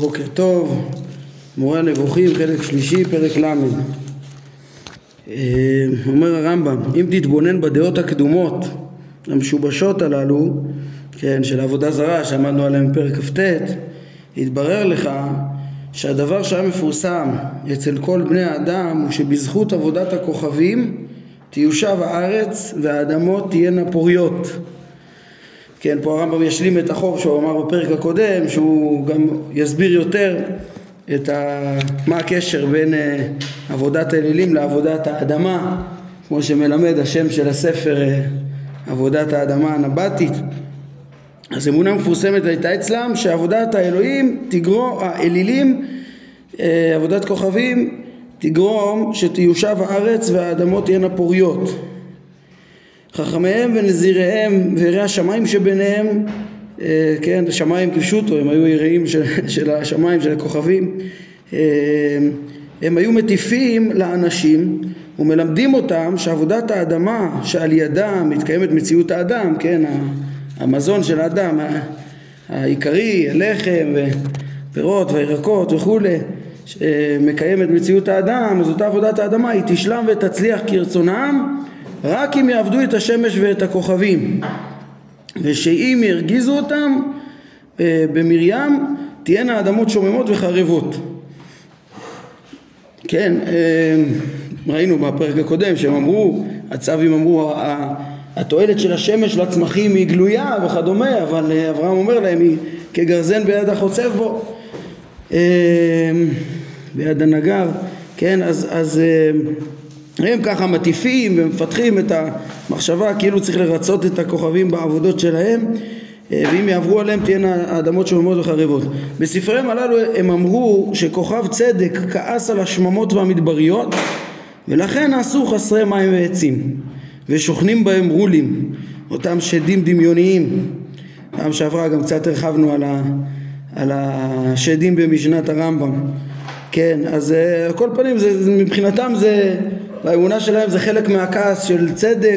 בוקר טוב, מורה הנבוכים, חלק שלישי, פרק למד. אומר הרמב"ם, אם תתבונן בדעות הקדומות, המשובשות הללו, כן, של עבודה זרה, שעמדנו עליהם פרק כ"ט, יתברר לך שהדבר שהיה מפורסם אצל כל בני האדם הוא שבזכות עבודת הכוכבים תיושב הארץ והאדמות תהיינה פוריות. כן, פה הרמב"ם ישלים את החוב שהוא אמר בפרק הקודם, שהוא גם יסביר יותר מה הקשר בין עבודת האלילים לעבודת האדמה, כמו שמלמד השם של הספר, עבודת האדמה הנבטית. אז אמונה מפורסמת הייתה אצלם שעבודת האלוהים האלילים, עבודת כוכבים, תגרום שתיושב הארץ והאדמות תהיינה פוריות. חכמיהם ונזיריהם ויראי השמיים שביניהם, כן, השמיים כפשוטו, הם היו יראים של השמיים, של הכוכבים, הם היו מטיפים לאנשים ומלמדים אותם שעבודת האדמה שעל ידה מתקיימת מציאות האדם, כן, המזון של האדם העיקרי, הלחם ופירות והירקות וכולי, שמקיימת מציאות האדם, אז אותה עבודת האדמה היא תשלם ותצליח כרצונם רק אם יעבדו את השמש ואת הכוכבים, ושאם ירגיזו אותם במרים תהיינה האדמות שוממות וחרבות. כן, ראינו בפרק הקודם שהם אמרו, הצווים אמרו התועלת של השמש לצמחים היא גלויה וכדומה, אבל אברהם אומר להם היא כגרזן ביד החוצב בו, ביד הנגר. כן, אז הם ככה מטיפים ומפתחים את המחשבה כאילו צריך לרצות את הכוכבים בעבודות שלהם, ואם יעברו עליהם תהיינה האדמות שוממות וחרבות. בספריהם הללו הם אמרו שכוכב צדק כעס על השממות והמדבריות, ולכן נעשו חסרי מים ועצים ושוכנים בהם רולים, אותם שדים דמיוניים. פעם שעברה גם קצת הרחבנו על השדים במשנת הרמב"ם. כן, אז כל פנים מבחינתם זה, באמונה שלהם זה חלק מהכעס של צדק,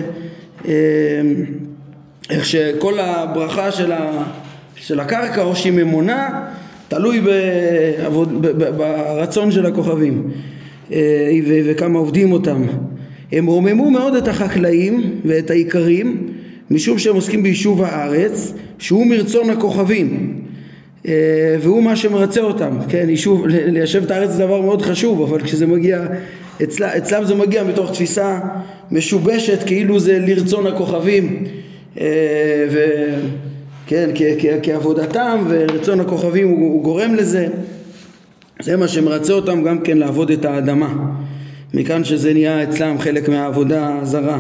איך שכל הברכה של הקרקע או שהיא ממונה תלוי ברצון של הכוכבים וכמה עובדים אותם. הם רוממו מאוד את החקלאים ואת העיקרים משום שהם עוסקים ביישוב הארץ שהוא מרצון הכוכבים, והוא מה שמרצה אותם. כן, ליישב את הארץ זה דבר מאוד חשוב, אבל כשזה מגיע אצלם זה מגיע מתוך תפיסה משובשת כאילו זה לרצון הכוכבים, וכן, כעבודתם, ורצון הכוכבים הוא גורם לזה. זה מה שמרצה אותם גם כן לעבוד את האדמה, מכאן שזה נהיה אצלם חלק מהעבודה זרה.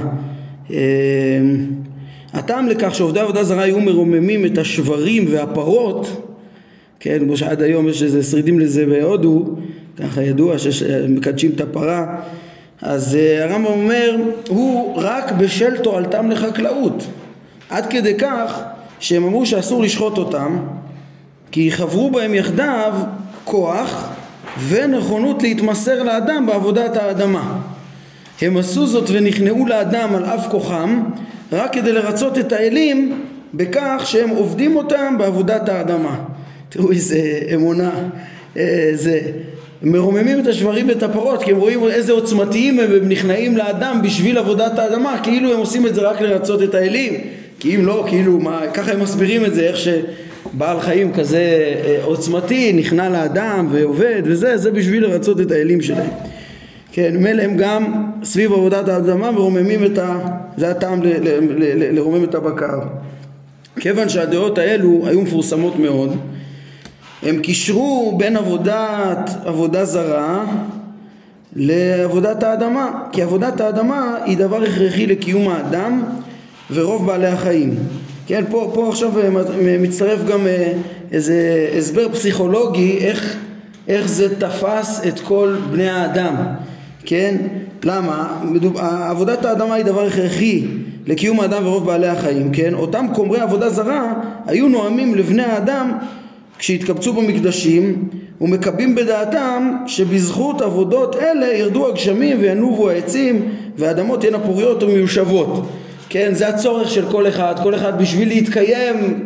הטעם לכך שעובדי עבודה זרה היו מרוממים את השברים והפרות, כן, כמו שעד היום יש איזה שרידים לזה בהודו, ככה ידוע שמקדשים את הפרה. אז הרמב"ם אומר, הוא רק בשל תועלתם לחקלאות, עד כדי כך שהם אמרו שאסור לשחוט אותם, כי חברו בהם יחדיו כוח ונכונות להתמסר לאדם בעבודת האדמה. הם עשו זאת ונכנעו לאדם על אף כוחם, רק כדי לרצות את האלים בכך שהם עובדים אותם בעבודת האדמה. תראו איזה אמונה, זה מרוממים את השברים ואת הפרות, כי הם רואים איזה עוצמתיים הם נכנעים לאדם בשביל עבודת האדמה, כאילו הם עושים את זה רק לרצות את האלים, כי אם לא, כאילו ככה הם מסבירים את זה, איך שבעל חיים כזה עוצמתי נכנע לאדם ועובד וזה, זה בשביל לרצות את האלים שלהם. כן, מילא הם גם סביב עבודת האדמה מרוממים זה הטעם לרומם את הבקר. כיוון שהדעות האלו היו מפורסמות מאוד, הם קישרו בין עבודה זרה לעבודת האדמה, כי עבודת האדמה היא דבר הכרחי לקיום האדם ורוב בעלי החיים. כן, פה עכשיו מצטרף גם איזה הסבר פסיכולוגי איך זה תפס את כל בני האדם. כן, למה? עבודת האדמה היא דבר הכרחי לקיום האדם ורוב בעלי החיים. כן, אותם כומרי עבודה זרה היו נועמים לבני האדם כשהתקבצו במקדשים ומקבים בדעתם שבזכות עבודות אלה ירדו הגשמים וינובו העצים והאדמות תהיינה פוריות ומיושבות. כן, זה הצורך של כל אחד בשביל להתקיים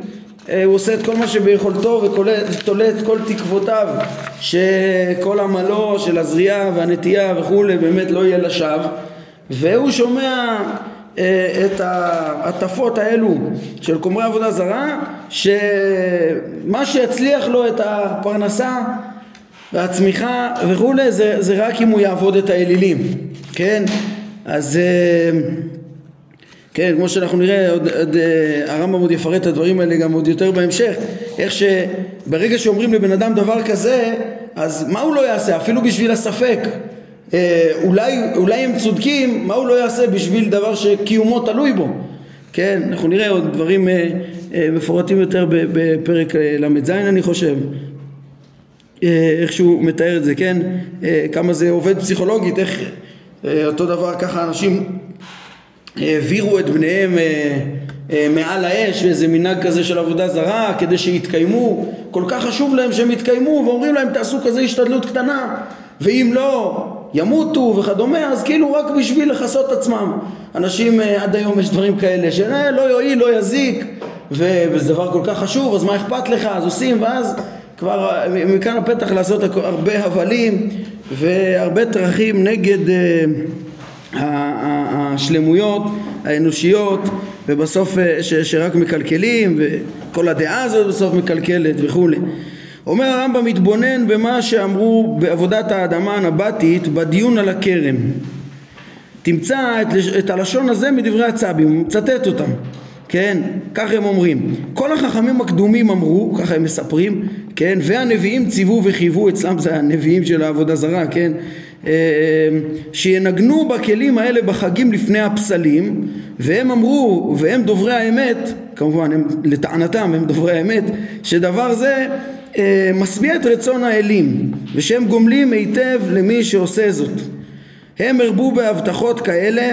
הוא עושה את כל מה שביכולתו ותולה את כל תקוותיו שכל עמלו של הזריעה והנטייה וכו' באמת לא יהיה לשווא, והוא שומע את העטפות האלו של כומרי עבודה זרה, שמה שיצליח לו את הפרנסה והצמיחה וכו' זה רק אם הוא יעבוד את האלילים, כן? אז כן, כמו שאנחנו נראה, הרמב"ם עוד יפרט את הדברים האלה גם עוד יותר בהמשך, איך שברגע שאומרים לבן אדם דבר כזה, אז מה הוא לא יעשה? אפילו בשביל הספק, אולי הם צודקים, מה הוא לא יעשה בשביל דבר שקיומו תלוי בו? כן, אנחנו נראה עוד דברים מפורטים יותר בפרק ל"ז אני חושב, איך שהוא מתאר את זה, כן? כמה זה עובד פסיכולוגית, איך אותו דבר ככה אנשים העבירו את בניהם מעל האש, ואיזה מנהג כזה של עבודה זרה כדי שיתקיימו, כל כך חשוב להם שהם יתקיימו, ואומרים להם תעשו כזה השתדלות קטנה, ואם לא ימותו וכדומה, אז כאילו רק בשביל לחסות עצמם. אנשים עד היום יש דברים כאלה שלא יועיל, לא יזיק, וזה דבר כל כך חשוב, אז מה אכפת לך? אז עושים, ואז כבר מכאן הפתח לעשות הרבה הבלים והרבה תרכים נגד השלמויות האנושיות, ובסוף שרק מקלקלים, וכל הדעה הזאת בסוף מקלקלת וכו'. אומר הרמב"ם, מתבונן במה שאמרו בעבודת האדמה הנבטית בדיון על הכרם. תמצא את הלשון הזה מדברי הצבים, הוא מצטט אותם, כן? כך הם אומרים. כל החכמים הקדומים אמרו, ככה הם מספרים, כן? והנביאים ציוו וחייבו, אצלם זה הנביאים של העבודה זרה, כן? שינגנו בכלים האלה בחגים לפני הפסלים, והם אמרו, והם דוברי האמת, כמובן הם, לטענתם הם דוברי האמת, שדבר זה משביע את רצון האלים, ושהם גומלים היטב למי שעושה זאת. הם הרבו בהבטחות כאלה,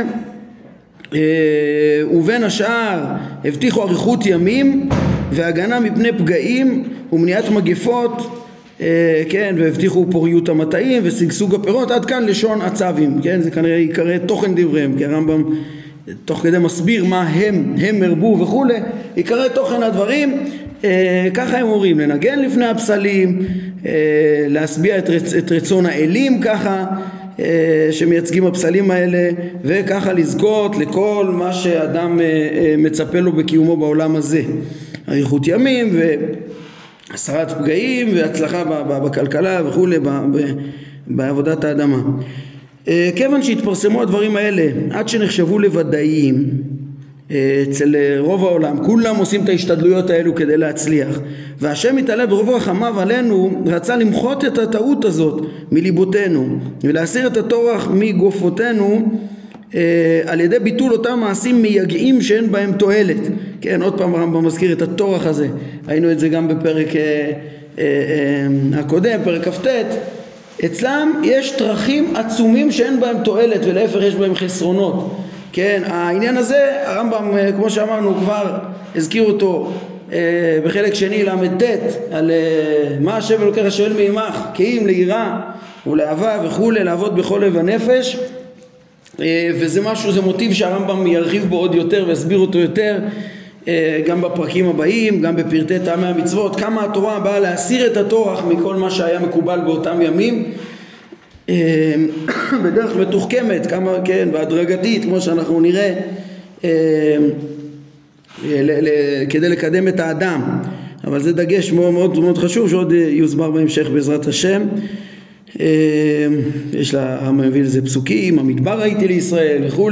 ובין השאר הבטיחו אריכות ימים והגנה מפני פגעים ומניעת מגפות, כן, והבטיחו פוריות המטעים ושגשוג הפירות. עד כאן לשון הצווים, כן? זה כנראה יקרא תוכן דבריהם, כי הרמב"ם תוך כדי מסביר מה הם הרבו וכו', יקרא תוכן הדברים. ככה הם אומרים, לנגן לפני הפסלים, להשביע את רצון האלים ככה שמייצגים הפסלים האלה, וככה לזכות לכל מה שאדם מצפה לו בקיומו בעולם הזה, אריכות ימים והסרת פגעים והצלחה בכלכלה וכו' בעבודת האדמה. כיוון שהתפרסמו הדברים האלה עד שנחשבו לוודאיים אצל רוב העולם, כולם עושים את ההשתדלויות האלו כדי להצליח, והשם מתעלה ברוב רחמיו עלינו, רצה למחות את הטעות הזאת מליבותינו ולהסיר את הטורח מגופותינו על ידי ביטול אותם מעשים מייגעים שאין בהם תועלת. כן, עוד פעם הרמב"ם מזכיר את הטורח הזה, היינו את זה גם בפרק הקודם, פרק כ"ט. אצלם יש טרחים עצומים שאין בהם תועלת, ולהפך יש בהם חסרונות. כן, העניין הזה הרמב"ם כמו שאמרנו כבר הזכיר אותו בחלק שני למ"ט, על מה השם אלוקיך שואל מעמך, כי אם ליראה ולאהבה וכו', לעבוד בכל לב הנפש. וזה משהו, זה מוטיב שהרמב"ם ירחיב בו עוד יותר ויסביר אותו יותר גם בפרקים הבאים, גם בפרטי טעמי המצוות, כמה התורה באה להסיר את הטורח מכל מה שהיה מקובל באותם ימים בדרך מתוחכמת, כמה, כן, והדרגתית, כמו שאנחנו נראה, כדי לקדם את האדם. אבל זה דגש מאוד מאוד, מאוד חשוב שעוד יוסבר בהמשך בעזרת השם. יש לה, מביא לזה פסוקים, המדבר הייתי לישראל וכו'.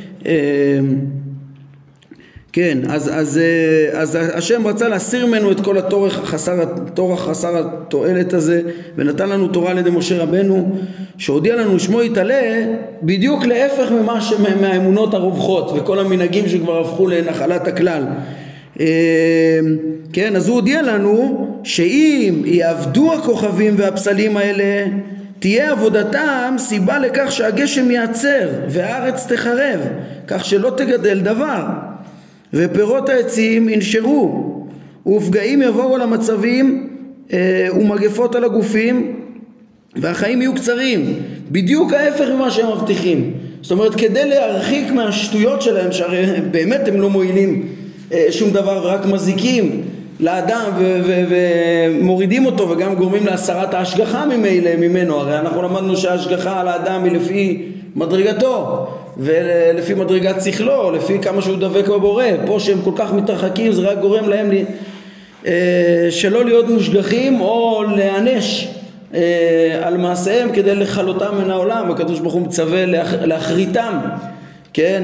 כן, אז השם רצה להסיר ממנו את כל הטורח חסר התועלת הזה, ונתן לנו תורה על ידי משה רבנו, שהודיע לנו שמו יתעלה בדיוק להפך מהאמונות הרווחות וכל המנהגים שכבר הפכו לנחלת הכלל. כן, אז הוא הודיע לנו שאם יעבדו הכוכבים והפסלים האלה, תהיה עבודתם סיבה לכך שהגשם ייעצר והארץ תחרב, כך שלא תגדל דבר, ופירות העצים ינשרו, ופגעים יבואו על המצבים ומגפות על הגופים, והחיים יהיו קצרים. בדיוק ההפך ממה שהם מבטיחים. זאת אומרת, כדי להרחיק מהשטויות שלהם, שהרי באמת הם לא מועילים שום דבר ורק מזיקים לאדם ומורידים אותו וגם גורמים להסרת ההשגחה ממנו. הרי אנחנו למדנו שההשגחה על האדם היא לפי מדרגתו ולפי מדרגת שכלו, לפי כמה שהוא דבק בבורא. פה שהם כל כך מתרחקים זה רק גורם להם שלא להיות מושגחים או להענש על מעשיהם כדי לחלותם מן העולם. הקדוש ברוך הוא מצווה להחריתם, כן,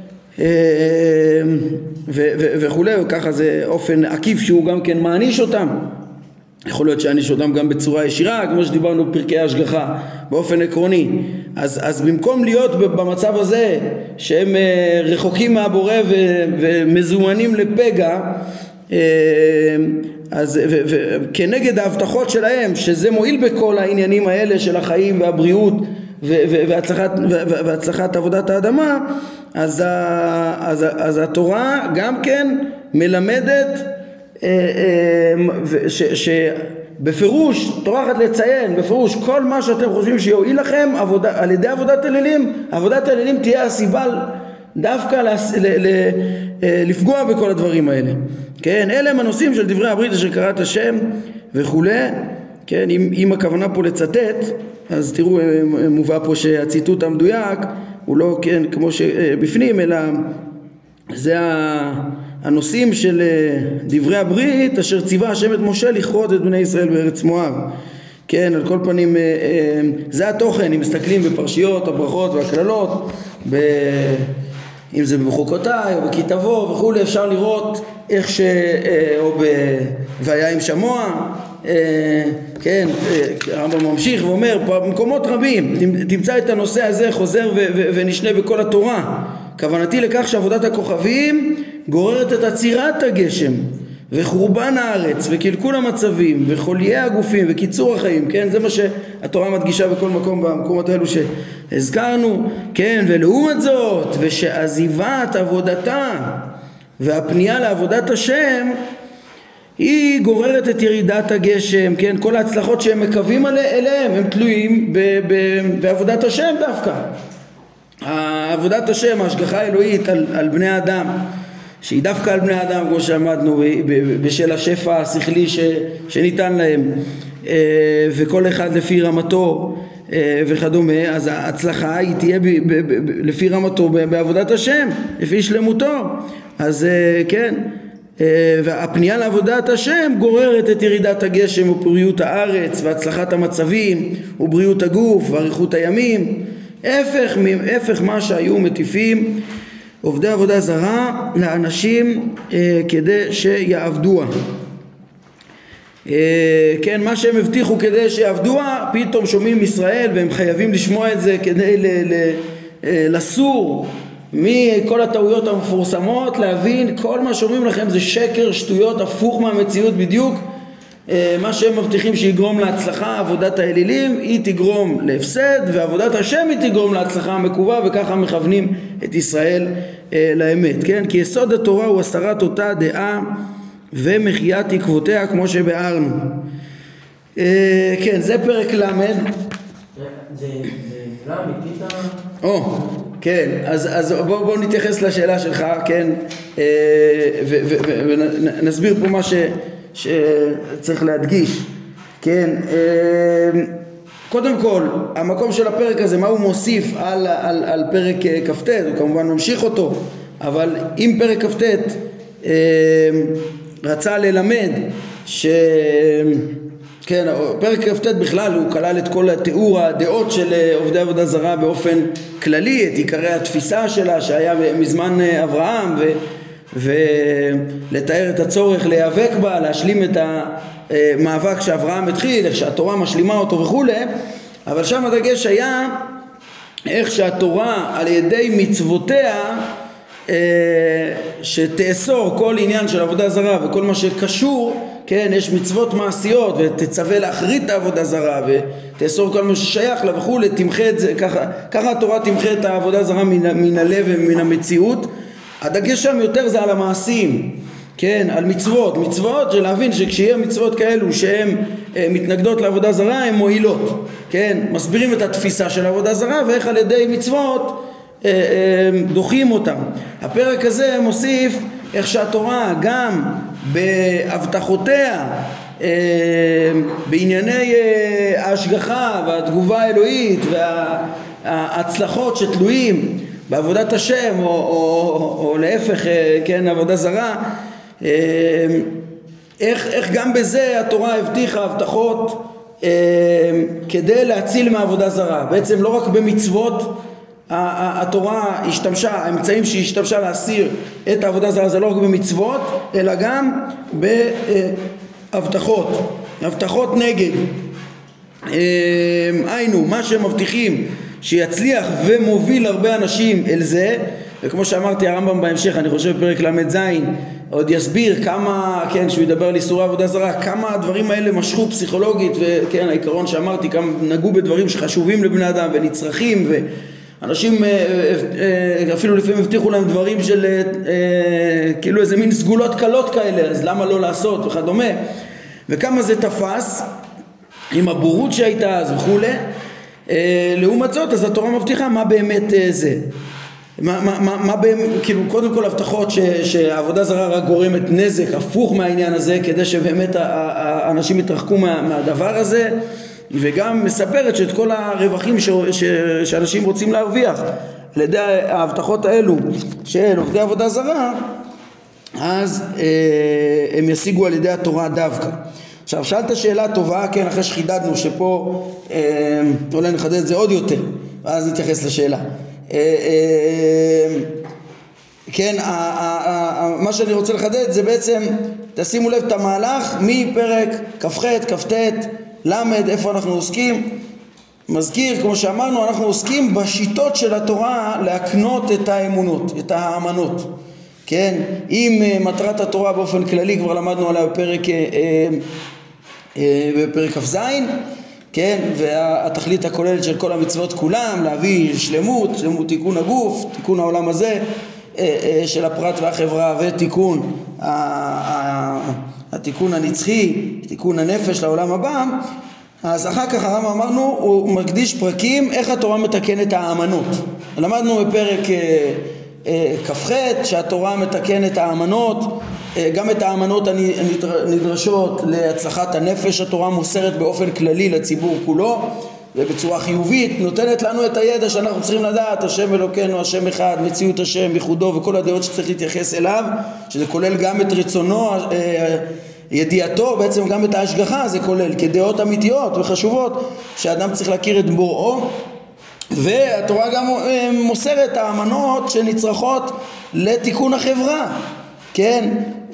וכולי, וככה זה אופן עקיף שהוא גם כן מעניש אותם. יכול להיות שעניש אותם גם בצורה ישירה, כמו שדיברנו בפרקי ההשגחה, באופן עקרוני. אז במקום להיות במצב הזה שהם רחוקים מהבורא ומזומנים לפגע, אז כנגד ההבטחות שלהם שזה מועיל בכל העניינים האלה של החיים והבריאות והצלחת עבודת האדמה, אז התורה גם כן מלמדת שבפירוש, טורחת לציין בפירוש, כל מה שאתם חושבים שיועיל לכם על ידי עבודת אלילים, עבודת אלילים תהיה הסיבה דווקא לפגוע בכל הדברים האלה. כן, אלה הם הנושאים של דברי הברית אשר קראת השם וכו'. כן, אם הכוונה פה לצטט, אז תראו, מובא פה שהציטוט המדויק הוא לא כן כמו שבפנים, אלא זה הנושאים של דברי הברית אשר ציווה השם את משה לכרות את בני ישראל בארץ מואב. כן, על כל פנים זה התוכן. אם מסתכלים בפרשיות הברכות והכללות, אם זה בחוקותיי או בכתבו וכו', אפשר לראות איך או והיה עם שמוע, כן, הרמב"ם ממשיך ואומר במקומות רבים תמצא את הנושא הזה חוזר ונשנה בכל התורה. כוונתי לכך שעבודת הכוכבים גוררת את עצירת הגשם וחורבן הארץ וקלקול המצבים וחוליי הגופים וקיצור החיים. כן, זה מה שהתורה מדגישה בכל מקום במקומות האלו שהזכרנו. כן, ולעומת זאת, ושעזיבת עבודתה והפנייה לעבודת השם היא גוררת את ירידת הגשם. כן, כל ההצלחות שהם מקווים אליהם הם תלויים בעבודת השם דווקא. עבודת השם, ההשגחה האלוהית על בני האדם, שהיא דווקא על בני האדם, כמו שאמרנו, בשל השפע השכלי שניתן להם, וכל אחד לפי רמתו וכדומה, אז ההצלחה היא תהיה לפי רמתו בעבודת השם, לפי שלמותו. אז כן, והפנייה לעבודת השם גוררת את ירידת הגשם ופוריות הארץ והצלחת המצבים ובריאות הגוף ואריכות הימים, הפך מה שהיו מטיפים עובדי עבודה זרה לאנשים כדי שיעבדוה. כן, מה שהם הבטיחו כדי שיעבדוה, פתאום שומעים ישראל והם חייבים לשמוע את זה כדי לסור מכל הטעויות המפורסמות, להבין כל מה שאומרים לכם זה שקר, שטויות, הפוך מהמציאות בדיוק. מה שהם מבטיחים שיגרום להצלחה, עבודת האלילים, היא תגרום להפסד, ועבודת השם היא תגרום להצלחה המקווה, וככה מכוונים את ישראל לאמת. כן? כי יסוד התורה הוא הסרת אותה דעה ומחיית עקבותיה כמו שבארנו. כן, זה פרק למד. זה לא אמיתית? כן, אז בוא נתייחס לשאלה שלך, כן, ונסביר פה מה שצריך להדגיש. כן, קודם כל, המקום של הפרק הזה, מה הוא מוסיף על פרק כ"ט, הוא כמובן ממשיך אותו, אבל אם פרק כ"ט רצה ללמד כן, פרק כ"ט בכלל הוא כלל את כל התיאור הדעות של עובדי עבודה זרה באופן כללי, את עיקרי התפיסה שלה שהיה מזמן אברהם, ולתאר את הצורך להיאבק בה, להשלים את המאבק שאברהם התחיל, איך שהתורה משלימה אותו וכו'. אבל שם הדגש היה איך שהתורה על ידי מצוותיה שתאסור כל עניין של עבודה זרה וכל מה שקשור, כן, יש מצוות מעשיות ותצווה להחריט את העבודה זרה ותאסור כל מה ששייך לה וכו', תמחה את זה, ככה התורה תמחה את העבודה זרה מן הלב ומן המציאות. הדגש שם יותר זה על המעשים, כן, על מצוות של להבין שכשיהיה מצוות כאלו שהן מתנגדות לעבודה זרה הן מועילות, כן, מסבירים את התפיסה של העבודה זרה ואיך על ידי מצוות דוחים אותם. הפרק הזה מוסיף איך שהתורה גם בהבטחותיה, בענייני ההשגחה והתגובה האלוהית וההצלחות שתלויים בעבודת השם או להפך, כן, עבודה זרה, איך גם בזה התורה הבטיחה הבטחות כדי להציל מעבודה זרה. בעצם לא רק במצוות התורה השתמשה, האמצעים שהיא השתמשה להסיר את העבודה זרה זה לא רק במצוות אלא גם בהבטחות, הבטחות נגד. היינו, מה שהם מבטיחים שיצליח ומוביל הרבה אנשים אל זה, וכמו שאמרתי הרמב"ם בהמשך, אני חושב פרק ל"ז עוד יסביר כמה, כן, שהוא ידבר על איסורי עבודה זרה, כמה הדברים האלה משכו פסיכולוגית, וכן, העיקרון שאמרתי, כמה נגעו בדברים שחשובים לבני אדם ונצרכים, ואנשים אפילו לפעמים הבטיחו להם דברים של כאילו איזה מין סגולות קלות כאלה, אז למה לא לעשות וכדומה, וכמה זה תפס עם הבורות שהייתה אז וכולי. לעומת זאת, אז התורה מבטיחה מה באמת זה, מה באמת, כאילו קודם כל הבטחות שהעבודה זרה רק גורמת נזק הפוך מהעניין הזה, כדי שבאמת האנשים יתרחקו מהדבר הזה, וגם מספרת שאת כל הרווחים שאנשים רוצים להרוויח על ידי ההבטחות האלו של עובדי עבודה זרה, אז הם ישיגו על ידי התורה דווקא. עכשיו, שאלת שאלה טובה, כן, אחרי שחידדנו שפה אולי נחדד את זה עוד יותר, ואז נתייחס לשאלה. כן, מה שאני רוצה לחדד זה בעצם, תשימו לב את המהלך מפרק כ"ח, כ"ט, למד, איפה אנחנו עוסקים. מזכיר, כמו שאמרנו, אנחנו עוסקים בשיטות של התורה להקנות את האמונות, את האמנות. כן, עם מטרת התורה באופן כללי כבר למדנו עליה בפרק כ"ז, כן, והתכלית הכוללת של כל המצוות כולם, להביא שלמות תיקון הגוף, תיקון העולם הזה של הפרט והחברה, ותיקון התיקון הנצחי, תיקון הנפש לעולם הבא. אז אחר כך הרמב"ם אמרנו, הוא מקדיש פרקים איך התורה מתקנת האמנות. למדנו בפרק כ"ח שהתורה מתקנת האמנות, גם את האמנות הנדרשות להצלחת הנפש התורה מוסרת באופן כללי לציבור כולו ובצורה חיובית, נותנת לנו את הידע שאנחנו צריכים לדעת, השם אלוקינו, השם אחד, מציאות השם, ייחודו וכל הדעות שצריך להתייחס אליו, שזה כולל גם את רצונו, ידיעתו, בעצם גם את ההשגחה זה כולל כדעות אמיתיות וחשובות שאדם צריך להכיר את בוראו. והתורה גם מוסרת האמנות שנצרכות לתיקון החברה, כן,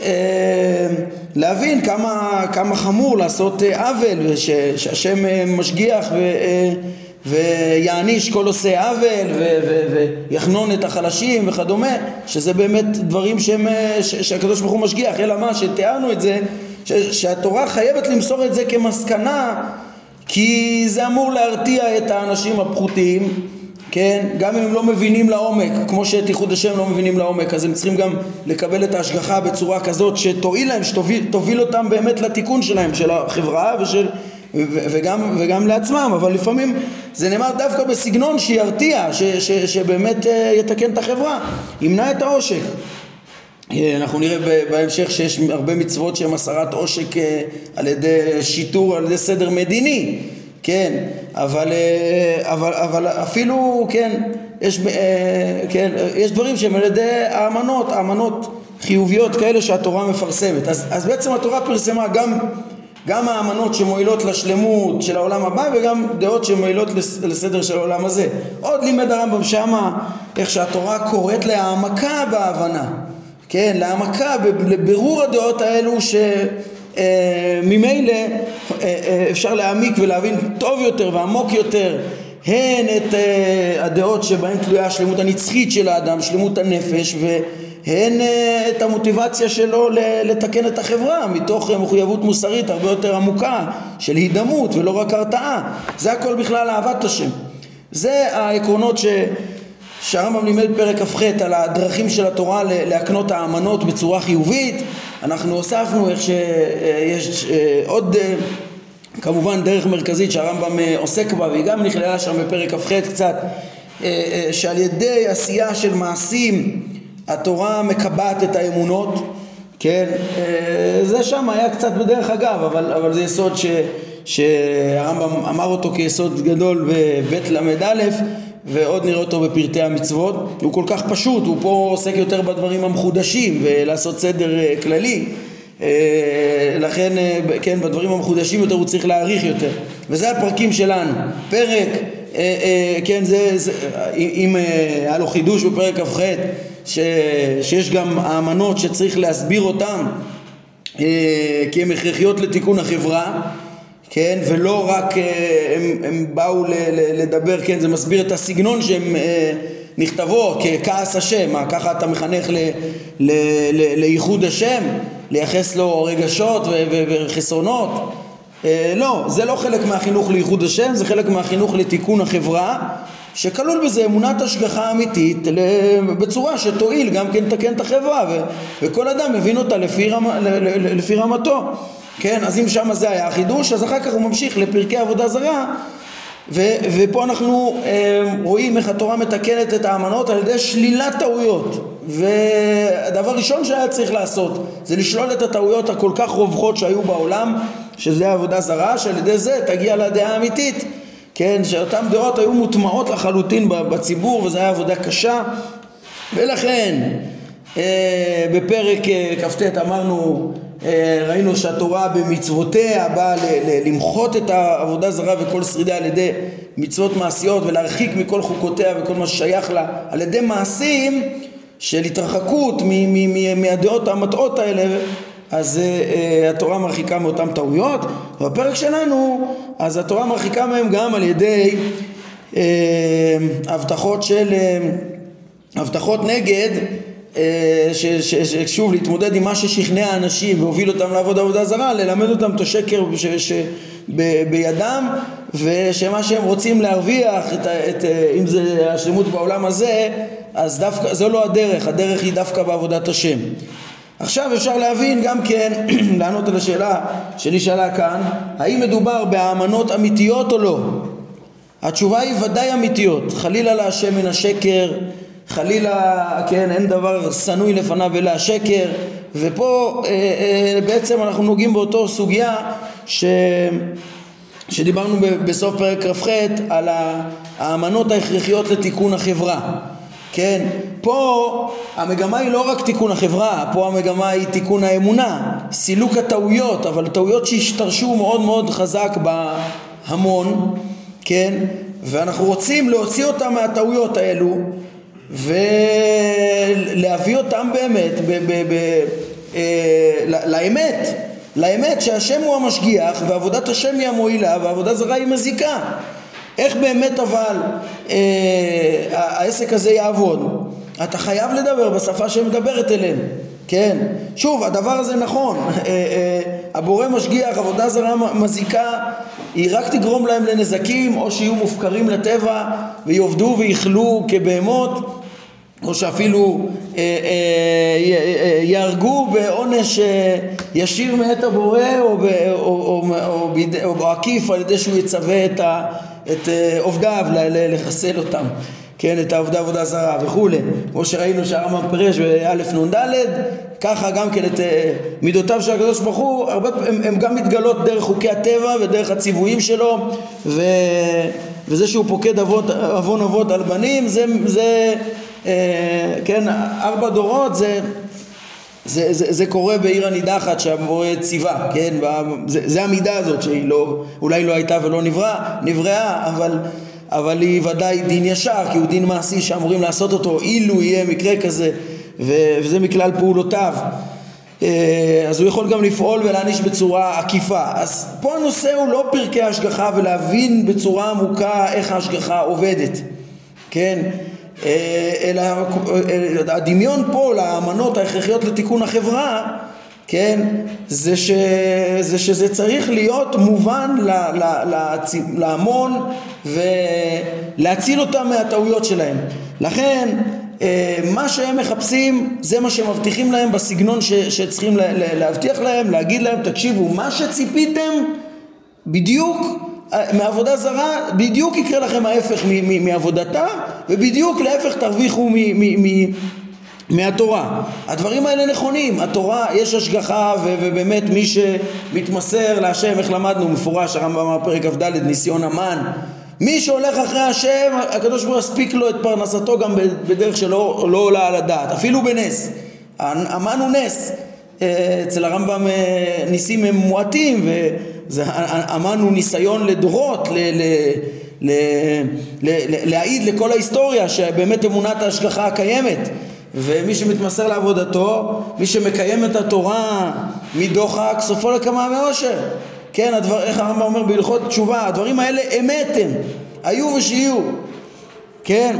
להבין כמה חמור לעשות עוול, שהשם משגיח ויעניש כל עושה עוול ויחנון את החלשים וכדומה, שזה באמת דברים שהקדוש ברוך הוא משגיח. אלא מה שתיארנו את זה, שהתורה חייבת למסור את זה כמסקנה, כי זה אמור להרתיע את האנשים הפחותים, כן, גם אם הם לא מבינים לעומק, כמו שאת ייחוד השם לא מבינים לעומק, אז הם צריכים גם לקבל את ההשגחה בצורה כזאת שתועיל להם, שתוביל אותם באמת לתיקון שלהם, של החברה וגם לעצמם. אבל לפעמים זה נאמר דווקא בסגנון שירתיע, שבאמת יתקן את החברה, ימנע את העושק. אנחנו נראה בהמשך שיש הרבה מצוות שהן הסרת עושק על ידי שיטור, על ידי סדר מדיני, כן, אבל אפילו, כן, יש דברים שהם על ידי האמנות חיוביות כאלה שהתורה מפרסמת. אז בעצם התורה פרסמה גם האמנות שמועילות לשלמות של העולם הבא, וגם דעות שמועילות לסדר של העולם הזה. עוד לימד הרמב"ם שמה איך שהתורה קוראת להעמקה בהבנה, כן, להעמקה, לבירור הדעות האלו שממילא אפשר להעמיק ולהבין טוב יותר ועמוק יותר, הן את הדעות שבהן תלויה השלמות הנצחית של האדם, שלמות הנפש, והן את המוטיבציה שלו לתקן את החברה מתוך מחויבות מוסרית הרבה יותר עמוקה של הידמות ולא רק הרתעה. זה הכל בכלל אהבת השם. זה העקרונות שהרמב"ם לימד פרק כ"ח על הדרכים של התורה להקנות האמנות בצורה חיובית. אנחנו הוספנו איך שיש עוד כמובן דרך מרכזית שהרמב"ם עוסק בה, והיא גם נכללה שם בפרק כ"ח קצת, שעל ידי עשייה של מעשים התורה מקבעת את האמונות, כן, זה שם היה קצת בדרך אגב, אבל זה יסוד שהרמב"ם אמר אותו כיסוד גדול בבית למד א', ועוד נראה אותו בפרטי המצוות. הוא כל כך פשוט, הוא פה עוסק יותר בדברים המחודשים ולעשות סדר כללי, לכן כן, בדברים המחודשים יותר הוא צריך להעריך יותר, וזה הפרקים שלנו. פרק כן, אם היה לו חידוש בפרק כ"ח שיש גם האמנות שצריך להסביר אותן כי הן הכרחיות לתיקון החברה, כן, ולא רק הם באו לדבר, כן, זה מסביר את הסגנון שהם נכתבו ככעס השם. ככה אתה מחנך לייחוד השם, לייחס לו רגשות וחסרונות? לא, זה לא חלק מהחינוך לייחוד השם, זה חלק מהחינוך לתיקון החברה, שכלול בזה אמונת השגחה אמיתית בצורה שתועיל גם כן תקן את החברה, וכל אדם מבין אותה לפי רמתו. כן, אז אם שם זה היה החידוש, אז אחר כך הוא ממשיך לפרקי עבודה זרה, ופה אנחנו רואים איך התורה מתקנת את האמנות על ידי שלילת טעויות. והדבר ראשון שהיה צריך לעשות זה לשלול את הטעויות הכל כך רווחות שהיו בעולם, שזה עבודה זרה, שעל ידי זה תגיע לדעה האמיתית, כן, שאותן דעות היו מוטמעות לחלוטין בציבור, וזו היה עבודה קשה. ולכן בפרק כ"ט אמרנו, ראינו שהתורה במצוותיה באה למחות את העבודה זרה וכל שרידה על ידי מצוות מעשיות, ולהרחיק מכל חוקותיה וכל מה ששייך לה על ידי מעשים של התרחקות מהדעות המטעות האלה. אז התורה מרחיקה מאותן טעויות. בפרק שלנו אז התורה מרחיקה מהם גם על ידי הבטחות נגד, ששוב להתמודד עם מה ששכנע האנשים והוביל אותם לעבוד עבודה זרה, ללמד אותם את השקר בידם, ושמה שהם רוצים להרוויח אם זה השלמות בעולם הזה, אז דווקא זו לא הדרך היא דווקא בעבודת השם. עכשיו אפשר להבין גם כן, לענות על השאלה שנשאלה כאן, האם מדובר באמנות אמיתיות או לא? התשובה היא ודאי אמיתיות. חלילה להשם מן השקר, חלילה, כן, אין דבר סנוי לפניו אלא השקר. ופה בעצם אנחנו נוגעים באותו סוגיה שדיברנו בסוף פרק כ"ח על האמנות ההכרחיות לתיקון החברה. כן, פה המגמה היא לא רק תיקון החברה, פה המגמה היא תיקון האמונה, סילוק הטעויות, אבל טעויות שהשתרשו מאוד מאוד חזק בהמון, כן, ואנחנו רוצים להוציא אותם מהטעויות האלו ולהביא אותם באמת לאמת שהשם הוא המשגיח ועבודת השם היא המועילה ועבודה זרה היא מזיקה. איך באמת אבל העסק הזה יעבוד? אתה חייב לדבר בשפה שמדברת אליהם, כן? שוב, הדבר הזה נכון, הבורא משגיח, עבודה זרה מזיקה, היא רק תגרום להם לנזקים, או שיהיו מופקרים לטבע ויעבדו ויחלו כבהמות, או שאפילו יהרגו בעונש ישיר מאת הבורא, או בעקיף על ידי שהוא יצווה את עובדיו לחסל אותם, כן, את עבודה זרה וכו'. כמו שראינו שהרמב"ם פירש באלף נ"ד, ככה גם כן את מידותיו של הקדוש ברוך הוא, הם גם מתגלות דרך חוקי הטבע ודרך הציוויים שלו, וזה שהוא פוקד אבון אבות על בנים, זה כן, 4 דורות, זה קורה בעיר הנידחת שהבורא ציווה, כן, זה המידה הזאת שהיא לא, אולי לא הייתה ולא נבראה, אבל היא ודאי דין ישר, כי הוא דין מעשי שאמורים לעשות אותו אילו יהיה מקרה כזה, וזה מכלל פעולותיו. אז הוא יכול גם לפעול ולהעניש בצורה עקיפה. אז פה הנושא הוא לא פרקי ההשגחה ולהבין בצורה עמוקה איך ההשגחה עובדת, כן, אלא הדמיון פה לאמנות ההכרחיות לתיקון החברה, כן, זה שזה צריך להיות מובן להמון ולהציל אותם מהטעויות שלהם. לכן מה שהם מחפשים זה מה שמבטיחים להם בסגנון שצריכים להבטיח להם, להגיד להם תקשיבו, מה שציפיתם בדיוק מעבודה זרה בדיוק יקרה לכם ההפך מעבודתה, ובדיוק להפך תרוויחו מהתורה. הדברים האלה נכונים, התורה יש השגחה ובאמת מי שמתמסר להשם, איך למדנו מפורש הרמב"ם אמר פרק כ"ד ניסיון המן, מי שהולך אחרי השם הקדוש ברוך הוא יספיק לו את פרנסתו גם בדרך שלא לא עולה על הדעת, אפילו בנס. המן הוא נס, אצל הרמב"ם ניסים הם מועטים, והמן הוא ניסיון לדורות, להעיד לכל ההיסטוריה שבאמת אמונת ההשגחה הקיימת, ומי שמתמסר לעבודתו, מי שמקיים את התורה מדוחק, סופו לקמה מאושר. כן, איך הרמב"ם אומר בהלכות תשובה, הדברים האלה אמת הם, היו ושיהיו. כן,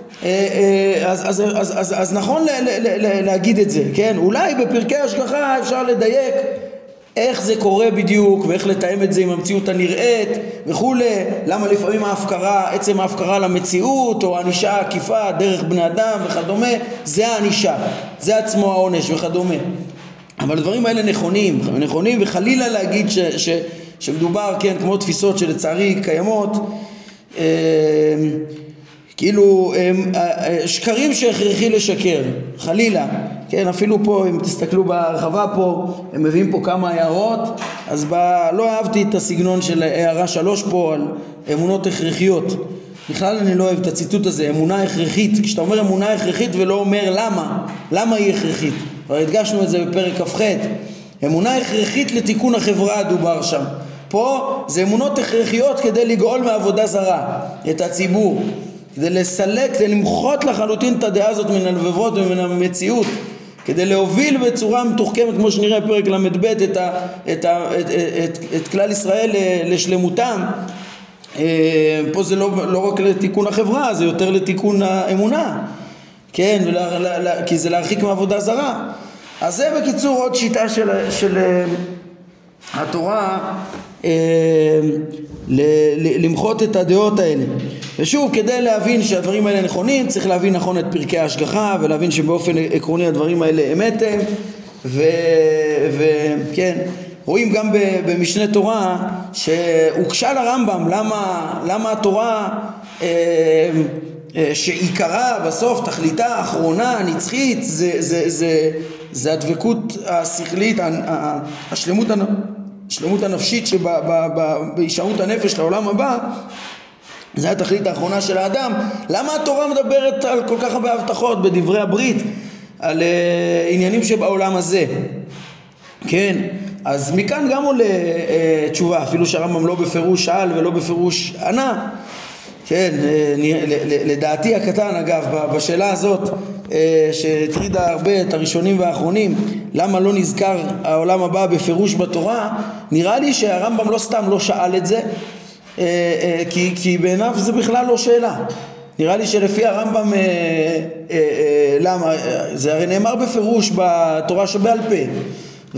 אז נכון להגיד את זה, כן? אולי בפרקי השגחה אפשר לדייק איך זה קורה בדיוק, ואיך לתאם את זה עם המציאות הנראית וכולי, למה לפעמים ההפקרה, עצם ההפקרה למציאות, או האנישה העקיפה דרך בני אדם וכדומה, זה האנישה, זה עצמו העונש וכדומה. אבל הדברים האלה נכונים, וחלילה להגיד שמדובר, כן, כמו תפיסות שלצערי קיימות, כאילו שקרים שהכרחי לשקר, חלילה. כן, אפילו פה, אם תסתכלו בהרחבה פה, הם מביאים פה כמה הערות, אז לא אהבתי את הסגנון של הערה 3 פה על אמונות הכרחיות. בכלל אני לא אוהב את הציטוט הזה, אמונה הכרחית. כשאתה אומר אמונה הכרחית ולא אומר למה היא הכרחית? כבר הדגשנו את זה בפרק כ"ח. אמונה הכרחית לתיקון החברה דובר שם. פה זה אמונות הכרחיות כדי לגאול מעבודה זרה את הציבור, כדי לסלק, כדי למחות לחלוטין את הדעה הזאת מן הלבבות ומן המציאות, כדי להוביל בצורה מתוחכמת, כמו שנראה פרק למ"ב, את כלל ישראל לשלמותם. פה זה לא רק לתיקון החברה, זה יותר לתיקון האמונה, כן, כי זה להרחיק מעבודה זרה. אז זה בקיצור עוד שיטה של התורה למחות את הדעות האלה. ושוב, כדי להבין שהדברים האלה נכונים, צריך להבין נכון את פרקי ההשגחה, ולהבין שבאופן עקרוני הדברים האלה אמת הם. וכן, רואים גם במשנה תורה שהוקשה לרמב"ם למה התורה שעיקרה בסוף תכליתה האחרונה הנצחית זה הדבקות השכלית, השלמות הנפשית שבהישארות הנפש לעולם הבא, זה התכלית האחרונה של האדם. למה התורה מדברת על כל כך הרבה הבטחות בדברי הברית על עניינים שבעולם הזה? כן, אז מכאן גם עולה תשובה, אפילו שהרמב"ם לא בפירוש שאל ולא בפירוש ענה. כן, לדעתי הקטן אגב בשאלה הזאת שהטרידה הרבה את הראשונים והאחרונים, למה לא נזכר העולם הבא בפירוש בתורה, נראה לי שהרמב"ם לא סתם לא שאל את זה, כי בעיניו זה בכלל לא שאלה. נראה לי שלפי הרמב"ם, למה? זה הרי נאמר בפירוש בתורה שבעל פה,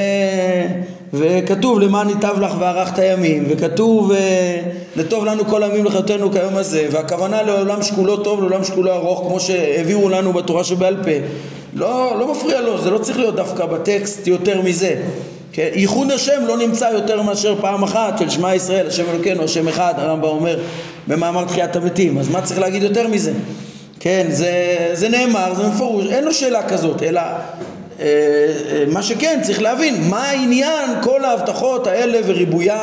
וכתוב למען ייטב לך וארכת ימים, וכתוב לטוב לנו כל הימים לחייתנו כיום הזה, והכוונה לעולם שקולו טוב, לעולם שקולו ארוך, כמו שהביאו לנו בתורה שבעל פה. לא מפריע לו, זה לא צריך להיות דווקא בטקסט יותר מזה. ייחוד השם לא נמצא יותר מאשר פעם אחת של שמע ישראל, השם אלוקינו, השם אחד, הרמב"ם אומר במאמר תחיית המתים. אז מה צריך להגיד יותר מזה? כן, זה נאמר, זה מפורש, אין לו שאלה כזאת, אלא מה שכן צריך להבין, מה העניין כל ההבטחות האלה וריבוים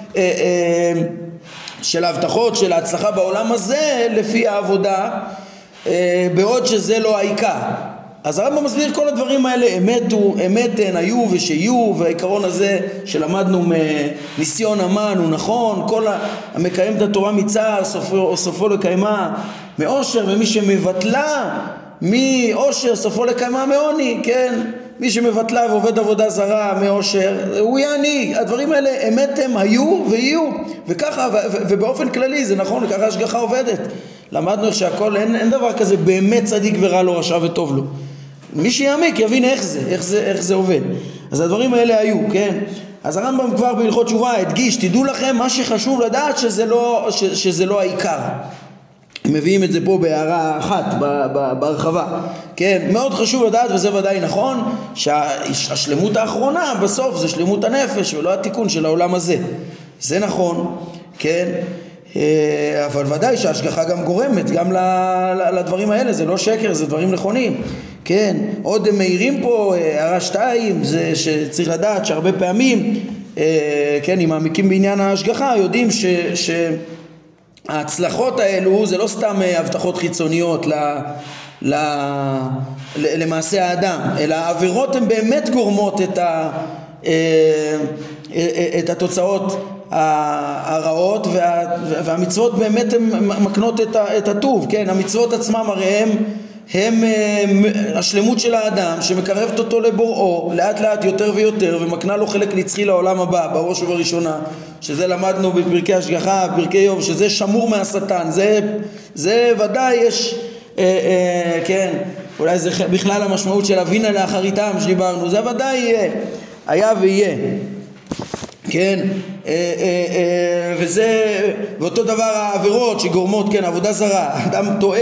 של ההבטחות של ההצלחה בעולם הזה לפי העבודה, בעוד שזה לא העיקר. אז הרמב"ם מסביר כל הדברים האלה אמת הן, היו ושיהיו, והעיקרון הזה שלמדנו מניסיון המן הוא נכון, כל המקיים את התורה מצער סופו לקיימה מאושר, ומי שמבטלה מאושר סופו לקיימה מעוני. כן, מי שמבטלה ועובד עבודה זרה מאושר הוא יעני. הדברים האלה אמת הם, היו ויהיו, וככה, ובאופן כללי זה נכון, וככה השגחה עובדת. למדנו שהכל, אין דבר כזה באמת צדיק ורע לו, רשע וטוב לו. מי שיעמיק יבין איך זה עובד. אז הדברים האלה היו, כן. אז הרמב"ם כבר בהלכות תשובה הדגיש, תדעו לכם מה שחשוב לדעת שזה לא העיקר. מביאים את זה פה בהערה אחת בהרחבה. כן, מאוד חשוב לדעת, וזה ודאי נכון, שהשלמות האחרונה בסוף זה שלמות הנפש ולא התיקון של העולם הזה. זה נכון, כן. אבל ודאי שההשגחה גם גורמת גם לדברים האלה, זה לא שקר, זה דברים נכונים. כן, עוד הם מעירים פה, הערה 2, זה שצריך לדעת שהרבה פעמים, כן, אם מעמיקים בעניין ההשגחה, יודעים שההצלחות האלו זה לא סתם הבטחות חיצוניות למעשה האדם, אלא העבירות הן באמת גורמות את התוצאות הרעות, והמצוות באמת הן מקנות את הטוב, כן, המצוות עצמם הרי הם השלמות של האדם שמקרבת אותו לבוראו לאט לאט יותר ויותר ומקנה לו חלק נצחי לעולם הבא בראש ובראשונה, שזה למדנו בפרקי השגחה, בפרקי איוב, שזה שמור מהשטן, זה ודאי יש, כן, אולי זה בכלל המשמעות של אבינה לאחריתם שדיברנו, זה ודאי היה ויהיה, כן, ואותו דבר העבירות שגורמות, כן, עבודה זרה, אדם טועה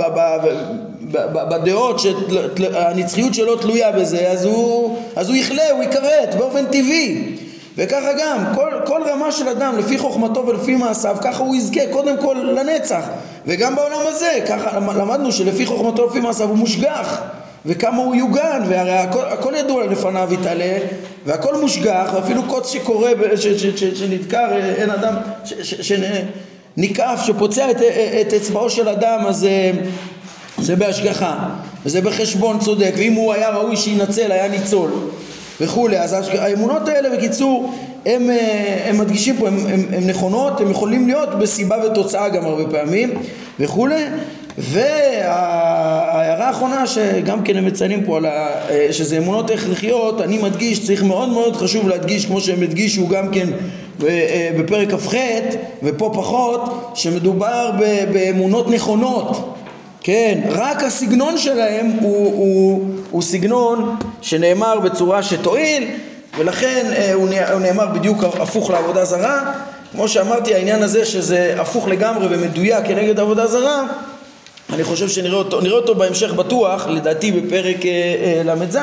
בדעות שהנצחיות שלו תלויה בזה, אז הוא יחלה, הוא יקראת באופן טבעי. וככה גם כל רמה של אדם לפי חוכמתו ולפי מעשיו, ככה הוא יזכה קודם כל לנצח, וגם בעולם הזה ככה למדנו שלפי חוכמתו ולפי מעשיו הוא מושגח, וכמה הוא יוגן, והרי הכל ידוע לפניו יתעלה, והכל מושגח, ואפילו קוץ שקורה שנדקר, אין אדם שניקף שפוצע את אצבעו של אדם, אז זה בהשגחה, וזה בחשבון צודק, ואם הוא היה ראוי שינצל, היה ניצול וכולי. אז האמונות האלה בקיצור הם מדגישים פה, הם נכונות, הם יכולים להיות בסיבה ותוצאה גם הרבה פעמים וכולי. וההערה האחרונה שגם כן הם מציינים פה שזה אמונות הכרחיות, אני מדגיש, צריך מאוד מאוד חשוב להדגיש, כמו שהם הדגישו גם כן בפרק כ"ח ופה פחות, שמדובר באמונות נכונות, כן, רק הסגנון שלהם הוא סגנון שנאמר בצורה שתועיל, ולכן הוא נאמר בדיוק הפוך לעבודה זרה. כמו שאמרתי, העניין הזה שזה הפוך לגמרי ומדויק כנגד עבודה זרה, אני חושב שנראה אותו בהמשך בטוח, לדעתי בפרק למ"ז,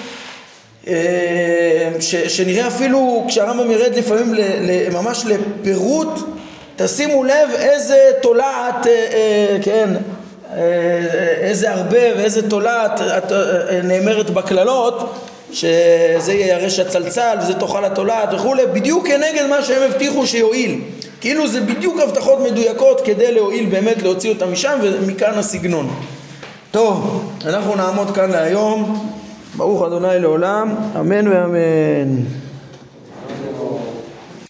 שנראה אפילו כשהרמב"ם ירד לפעמים ממש לפירוט, תשימו לב איזה תולעת, כן, איזה הרבה ואיזה תולעת נאמרת בכללות, שזה ירש הצלצל וזה תאכל התולעת וכו', בדיוק כנגד מה שהם הבטיחו שיועיל, כאילו זה בדיוק הבטחות מדויקות כדי להועיל באמת להוציא אותם משם, ומכאן הסגנון. טוב, אנחנו נעמוד כאן להיום. ברוך ה' לעולם, אמן ואמן.